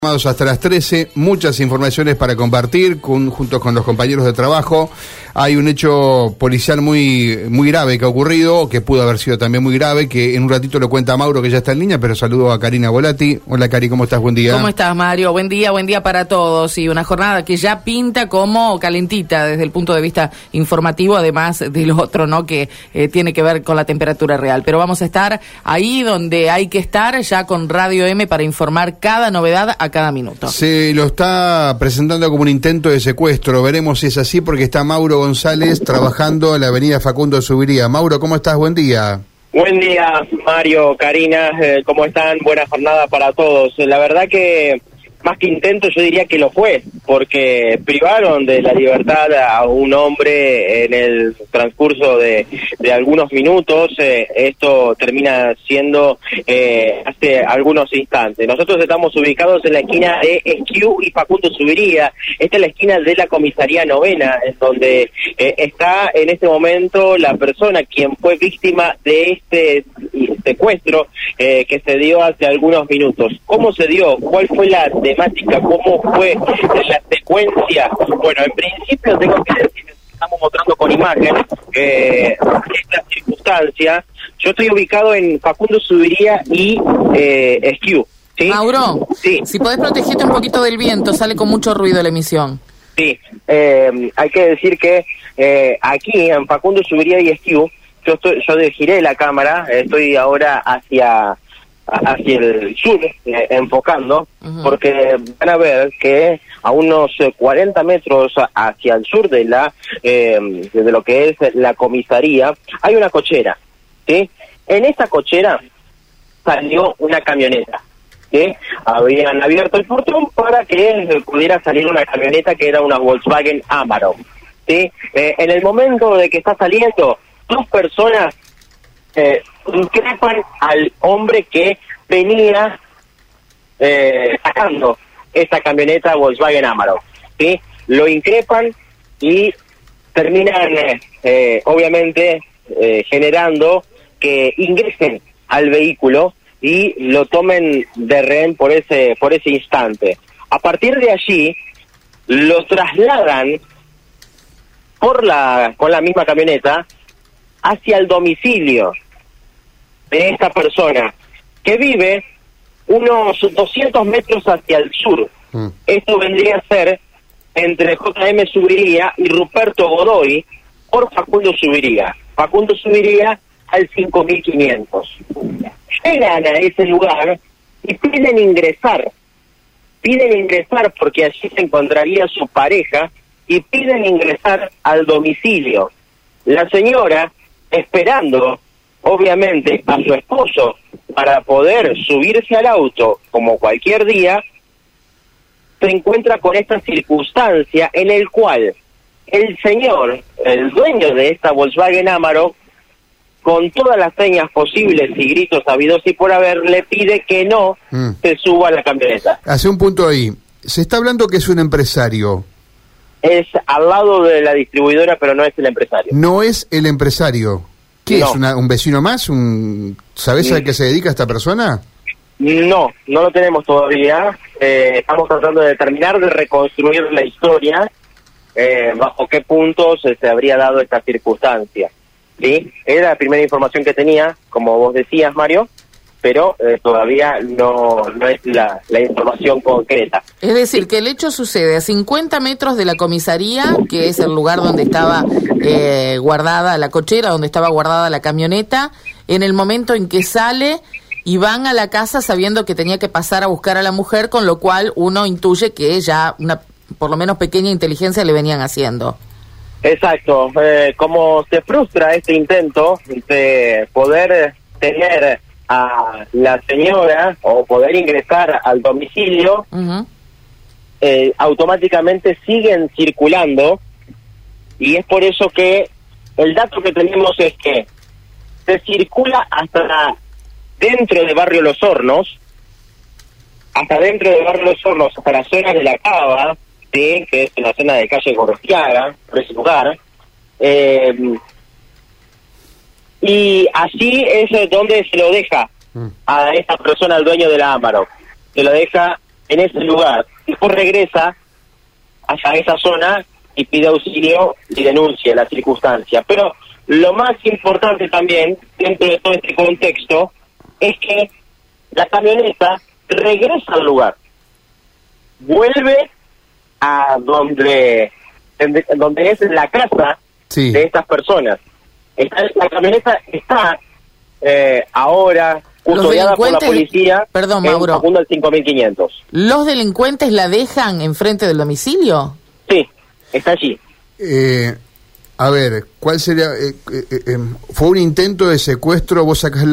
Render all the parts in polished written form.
Hasta las 13, muchas informaciones para compartir junto con los compañeros de trabajo. Hay un hecho policial muy grave que ha ocurrido, que pudo haber sido también muy grave, que en un ratito lo cuenta Mauro, que ya está en línea, pero saludo a Karina Volati. Hola Cari, ¿cómo estás? Buen día. ¿Cómo estás, Mario? Buen día para todos. Y una jornada que ya pinta como calentita desde el punto de vista informativo, además de lo otro, ¿no? Que tiene que ver con la temperatura real. Pero vamos a estar ahí donde hay que estar, ya con Radio M, para informar cada novedad a cada minuto. Se lo está presentando como un intento de secuestro. Veremos si es así, porque está Mauro González trabajando en la avenida Facundo Subiría. Mauro, ¿cómo estás? Buen día. Buen día, Mario, Karina, ¿cómo están? Buena jornada para todos. La verdad que más que intento, yo diría que lo fue, porque privaron de la libertad a un hombre en el transcurso de algunos minutos. Esto termina siendo hace algunos instantes. Nosotros estamos ubicados en la esquina de Esquiú y Facundo Subiría. Esta es la esquina de la comisaría novena, en donde está en este momento la persona quien fue víctima de este secuestro que se dio hace algunos minutos. ¿Cómo se dio? ¿Cuál fue la temática? ¿Cómo fue la secuencia? Bueno, en principio tengo que decir, estamos mostrando con imagen esta circunstancia. Yo estoy ubicado en Facundo Subiría y Esquiú. ¿Sí? Mauro, sí. Si podés protegerte un poquito del viento, sale con mucho ruido la emisión. Sí, hay que decir que aquí en Facundo Subiría y Esquiú, yo giré la cámara, estoy ahora hacia el sur, enfocando, porque van a ver que a unos 40 metros hacia el sur de lo que es la comisaría, hay una cochera, ¿sí? En esta cochera salió una camioneta, ¿sí? Habían abierto el portón para que pudiera salir una camioneta que era una Volkswagen Amarok, ¿sí? En el momento de que está saliendo, dos personas increpan al hombre que venía sacando esta camioneta Volkswagen Amarok, ¿sí? Lo increpan y terminan obviamente generando que ingresen al vehículo y lo tomen de rehén por ese instante. A partir de allí lo trasladan con la misma camioneta hacia el domicilio de esta persona, que vive unos 200 metros hacia el sur. Esto vendría a ser entre JM Subiría y Ruperto Godoy por Facundo Subiría. Facundo Subiría al 5500. Llegan a ese lugar y piden ingresar porque allí se encontraría su pareja, y piden ingresar al domicilio. La señora, esperando obviamente a su esposo para poder subirse al auto como cualquier día, se encuentra con esta circunstancia en el cual el señor, el dueño de esta Volkswagen Amarok, con todas las señas posibles y gritos habidos y por haber, le pide que no se suba a la camioneta. Hace un punto ahí, se está hablando que es un empresario. Es al lado de la distribuidora, pero no es el empresario. No es el empresario. ¿Qué no. ¿Es un vecino más? ¿Sabés a qué se dedica esta persona? No lo tenemos todavía. Estamos tratando de terminar de reconstruir la historia, bajo qué puntos se habría dado esta circunstancia. ¿Sí? Era la primera información que tenía, como vos decías, Mario, pero todavía no es la información concreta. Es decir, que el hecho sucede a 50 metros de la comisaría, que es el lugar donde estaba guardada la cochera, donde estaba guardada la camioneta, en el momento en que sale y van a la casa sabiendo que tenía que pasar a buscar a la mujer, con lo cual uno intuye que ya una, por lo menos, pequeña inteligencia le venían haciendo. Exacto. Como se frustra este intento de poder tener a la señora o poder ingresar al domicilio, automáticamente siguen circulando, y es por eso que el dato que tenemos es que se circula hasta dentro de Barrio Los Hornos, hasta la zona de La Cava, ¿sí? Que es la zona de calle Gorostiaga, por ese lugar, y así es donde se lo deja a esta persona, al dueño de la Amarok. Se lo deja en ese lugar. Después regresa hacia esa zona y pide auxilio y denuncia la circunstancia. Pero lo más importante también, dentro de todo este contexto, es que la camioneta regresa al lugar, vuelve a donde es la casa de estas personas. La camioneta está ahora custodiada por la policía. Perdón, Mauro. Facundo al 5500. ¿Los delincuentes la dejan enfrente del domicilio? Sí, está allí. A ver, ¿cuál sería? ¿Fue un intento de secuestro? ¿Vos sacás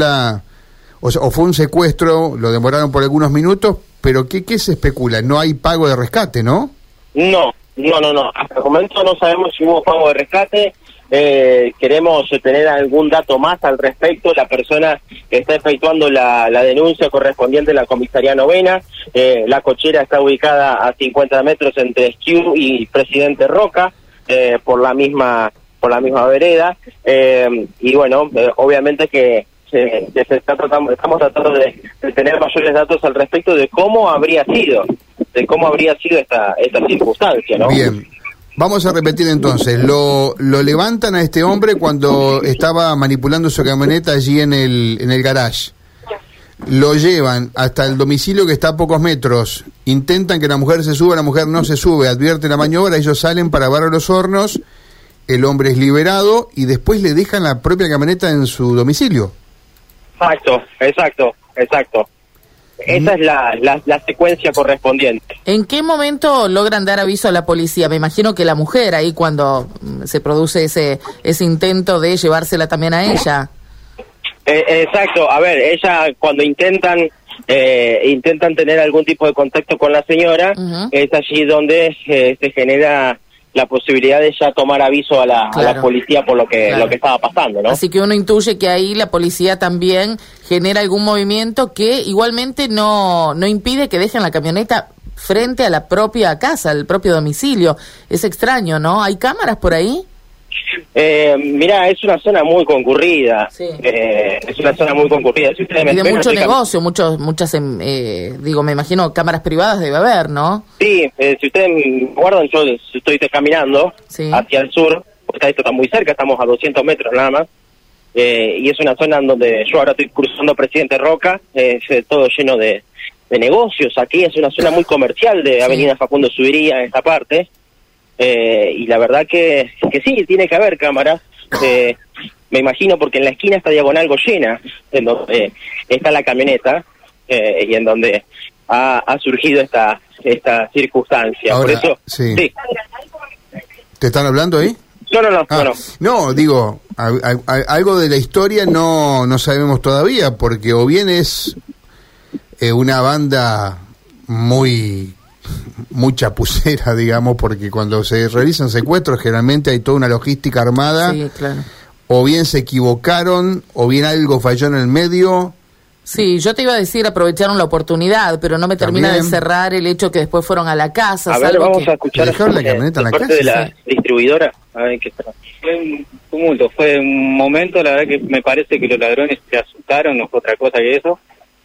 o fue un secuestro? ¿Lo demoraron por algunos minutos? ¿Pero qué se especula? ¿No hay pago de rescate, no? No. Hasta el momento no sabemos si hubo pago de rescate. Queremos tener algún dato más al respecto. La persona que está efectuando la denuncia correspondiente a la comisaría novena. La cochera está ubicada a 50 metros entre Esquiú y Presidente Roca, por la misma vereda. Y bueno, obviamente que estamos tratando de tener mayores datos al respecto de cómo habría sido esta circunstancia, ¿no? Bien. Vamos a repetir entonces, lo levantan a este hombre cuando estaba manipulando su camioneta allí en el garage. Lo llevan hasta el domicilio que está a pocos metros. Intentan que la mujer se suba, la mujer no se sube, advierte la maniobra, ellos salen para barrer los hornos, el hombre es liberado y después le dejan la propia camioneta en su domicilio. Exacto. Esa es la secuencia correspondiente. ¿En qué momento logran dar aviso a la policía? Me imagino que la mujer ahí cuando se produce ese intento de llevársela también a ella. Exacto. A ver, ella cuando intentan tener algún tipo de contacto con la señora, es allí donde se genera la posibilidad de ya tomar aviso a la policía por lo que estaba pasando, ¿no? Así que uno intuye que ahí la policía también genera algún movimiento que igualmente no impide que dejen la camioneta frente a la propia casa, al propio domicilio. Es extraño, ¿no? ¿Hay cámaras por ahí? Mirá, es una zona muy concurrida. Sí. Es una zona muy concurrida. Si y de mucho negocio, muchas, me imagino cámaras privadas debe haber, ¿no? Sí, si ustedes guardan, yo estoy caminando hacia el sur, porque esto está muy cerca, estamos a 200 metros nada más, y es una zona en donde yo ahora estoy cruzando Presidente Roca, todo lleno de negocios. Aquí es una zona muy comercial de Avenida Facundo Subiría, en esta parte. Y la verdad que sí, tiene que haber cámaras, me imagino, porque en la esquina está Diagonal Goyena, en donde está la camioneta, y en donde ha surgido esta circunstancia. Ahora, por eso, sí. ¿Te están hablando ahí? No. No, digo, algo de la historia no sabemos todavía, porque o bien es una banda muy chapucera, digamos, porque cuando se realizan secuestros generalmente hay toda una logística armada. Sí, claro. O bien se equivocaron, o bien algo falló en el medio. Sí, yo te iba a decir, aprovecharon la oportunidad, pero no me termina de cerrar el hecho que después fueron a la casa. A ver, vamos a escuchar ¿dejaron la camioneta en la casa? De la distribuidora. A ver qué está. Fue un tumulto, fue un momento, la verdad que me parece que los ladrones se asustaron, no fue otra cosa que eso.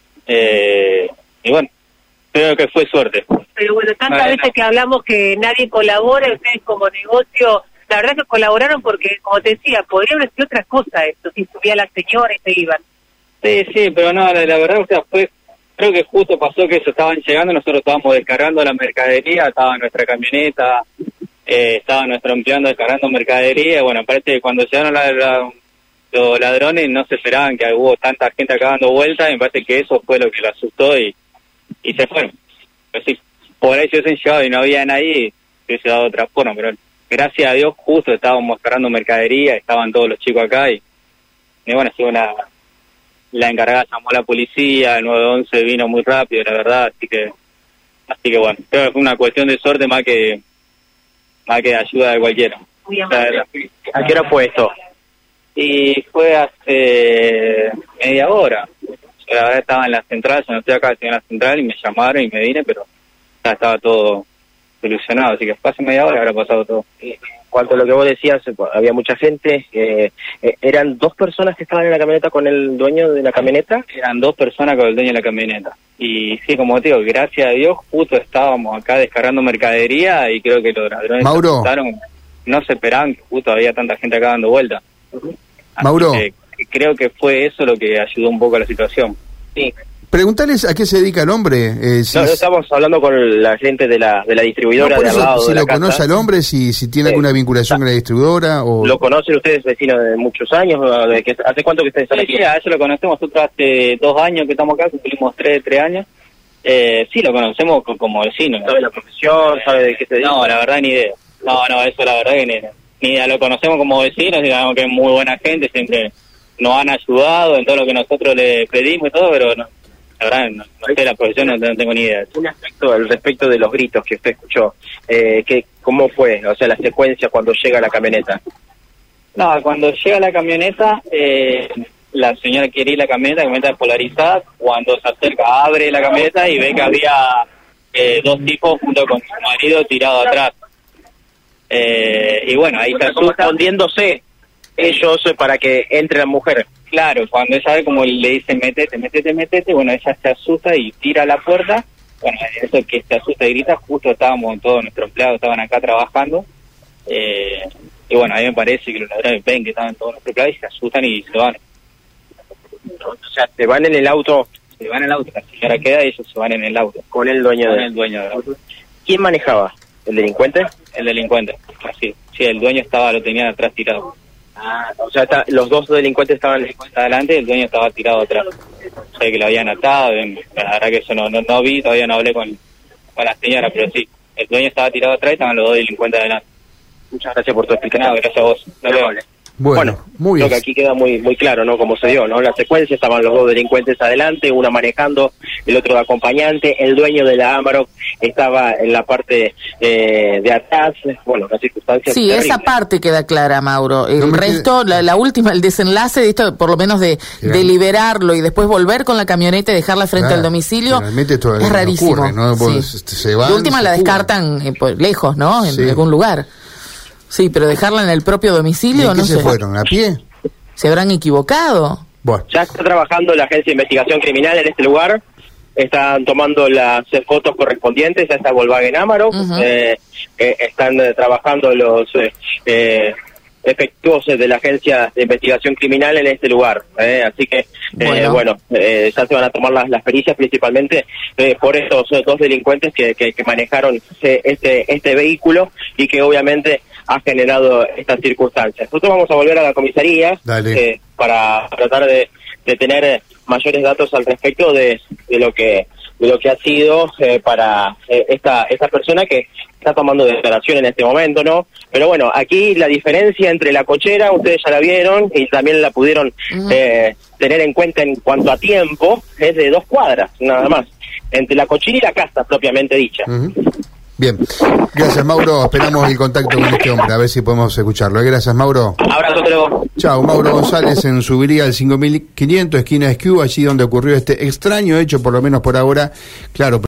Y bueno, creo que fue suerte. Pero bueno, tantas veces que hablamos que nadie colabora, ustedes como negocio, la verdad que colaboraron porque, como te decía, podría haber sido otra cosa esto, si subía la señora y se iban. Sí, pero no, la verdad, o sea, creo que justo pasó que eso, estaban llegando, nosotros estábamos descargando la mercadería, estaba nuestra camioneta, estaba nuestro empleado descargando mercadería, bueno, parece que cuando llegaron los ladrones no se esperaban que hubo tanta gente acá dando vueltas, y me parece que eso fue lo que lo asustó y se fueron. Pues sí, por ahí se hubiesen llegado y no había nadie, se hubiese dado otra forma, pero gracias a Dios justo estábamos cargando mercadería, estaban todos los chicos acá y bueno, así la encargada llamó a la policía, el 911 vino muy rápido, la verdad, así que bueno, creo que fue una cuestión de suerte más que ayuda de cualquiera. ¿A qué hora fue esto? Y fue hace media hora. Yo la verdad estaba en la central, yo no estoy acá, estoy en la central y me llamaron y me vine, pero ya estaba todo solucionado, así que hace media hora habrá pasado todo. En cuanto a lo que vos decías, había mucha gente, ¿eran 2 personas que estaban en la camioneta con el dueño de la camioneta? Eran 2 personas con el dueño de la camioneta. Y sí, como te digo, gracias a Dios, justo estábamos acá descargando mercadería y creo que los ladrones Mauro, no se esperaban que justo había tanta gente acá dando vuelta. Mauro, creo que fue eso lo que ayudó un poco a la situación. Sí. Preguntales a qué se dedica el hombre. No, estamos hablando con la gente de la distribuidora de al lado si de la lo casa. conoce al hombre, si tiene alguna vinculación con la distribuidora. O... ¿Lo conocen ustedes, vecinos de muchos años? ¿Hace cuánto que ustedes están aquí? Sí, a eso lo conocemos. Nosotros hace 2 años que estamos acá, cumplimos 3 años. Sí, lo conocemos como vecinos. ¿Sabe la profesión? ¿Sabe de qué se dedica? No, la verdad ni idea. No, eso la verdad que ni idea. Lo conocemos como vecinos, digamos que es muy buena gente, siempre nos han ayudado en todo lo que nosotros le pedimos y todo, pero no, la verdad no sé la profesión, no tengo ni idea. Un aspecto al respecto de los gritos que usted escuchó, ¿cómo fue? O sea, la secuencia cuando llega la camioneta. No, cuando llega la camioneta, la señora quiere ir la camioneta polarizada, cuando se acerca abre la camioneta y ve que había 2 tipos junto con su marido tirado atrás. Y bueno, ahí se asusta. Escondiéndose ellos para que entre la mujer. Claro, cuando ella ve como le dicen métete, bueno, ella se asusta y tira a la puerta. Bueno, eso que se asusta y grita, justo estábamos, todos nuestros empleados estaban acá trabajando. Y bueno, a mí me parece que los ladrones ven que estaban todos nuestros empleados y se asustan y se van. O sea, se van en el auto. Se van en el auto, la señora queda y ellos se van en el auto. Con el dueño del auto. ¿Quién manejaba? ¿El delincuente? El delincuente, así. Sí, el dueño lo tenía atrás tirado. O sea, los 2 delincuentes estaban adelante y el dueño estaba tirado atrás. O sea, que lo habían atado. La verdad que eso no vi, todavía no hablé con la señora, pero sí. El dueño estaba tirado atrás y estaban los 2 delincuentes adelante. Muchas gracias por tu explicación. No, gracias a vos. Bueno, muy creo bien. que aquí queda muy claro, ¿no? Cómo se dio, ¿no? La secuencia, estaban los 2 delincuentes adelante, una manejando, el otro de acompañante, el dueño de la Amarok estaba en la parte de atrás, bueno, las circunstancias. Sí, terribles. esa parte queda clara, Mauro. El resto, la última, el desenlace de esto, por lo menos de liberarlo y después volver con la camioneta y dejarla frente al domicilio, es rarísimo. Ocurre, ¿no? Se van, de última la descartan lejos, ¿no? En algún lugar. Sí, pero dejarla en el propio domicilio, no sé. ¿Se fueron a pie? ¿Se habrán equivocado? Bueno. Ya está trabajando la Agencia de Investigación Criminal en este lugar. Están tomando las fotos correspondientes a esta Volkswagen Amarok. Están trabajando los efectivos de la Agencia de Investigación Criminal en este lugar. Así que, ya se van a tomar las pericias principalmente por estos 2 delincuentes que manejaron este vehículo y que obviamente ha generado estas circunstancias. Nosotros vamos a volver a la comisaría para tratar de tener mayores datos al respecto de lo que ha sido para esta persona que está tomando declaración en este momento, ¿no? Pero bueno, aquí la diferencia entre la cochera, ustedes ya la vieron y también la pudieron tener en cuenta en cuanto a tiempo, es de 2 cuadras, nada más, entre la cochera y la casa propiamente dicha. Bien, gracias Mauro, esperamos el contacto con este hombre, a ver si podemos escucharlo. Gracias Mauro. Abrazo, luego. Chao, Mauro González en Subiría al 5500, esquina Esquiú, allí donde ocurrió este extraño hecho, por lo menos por ahora, claro.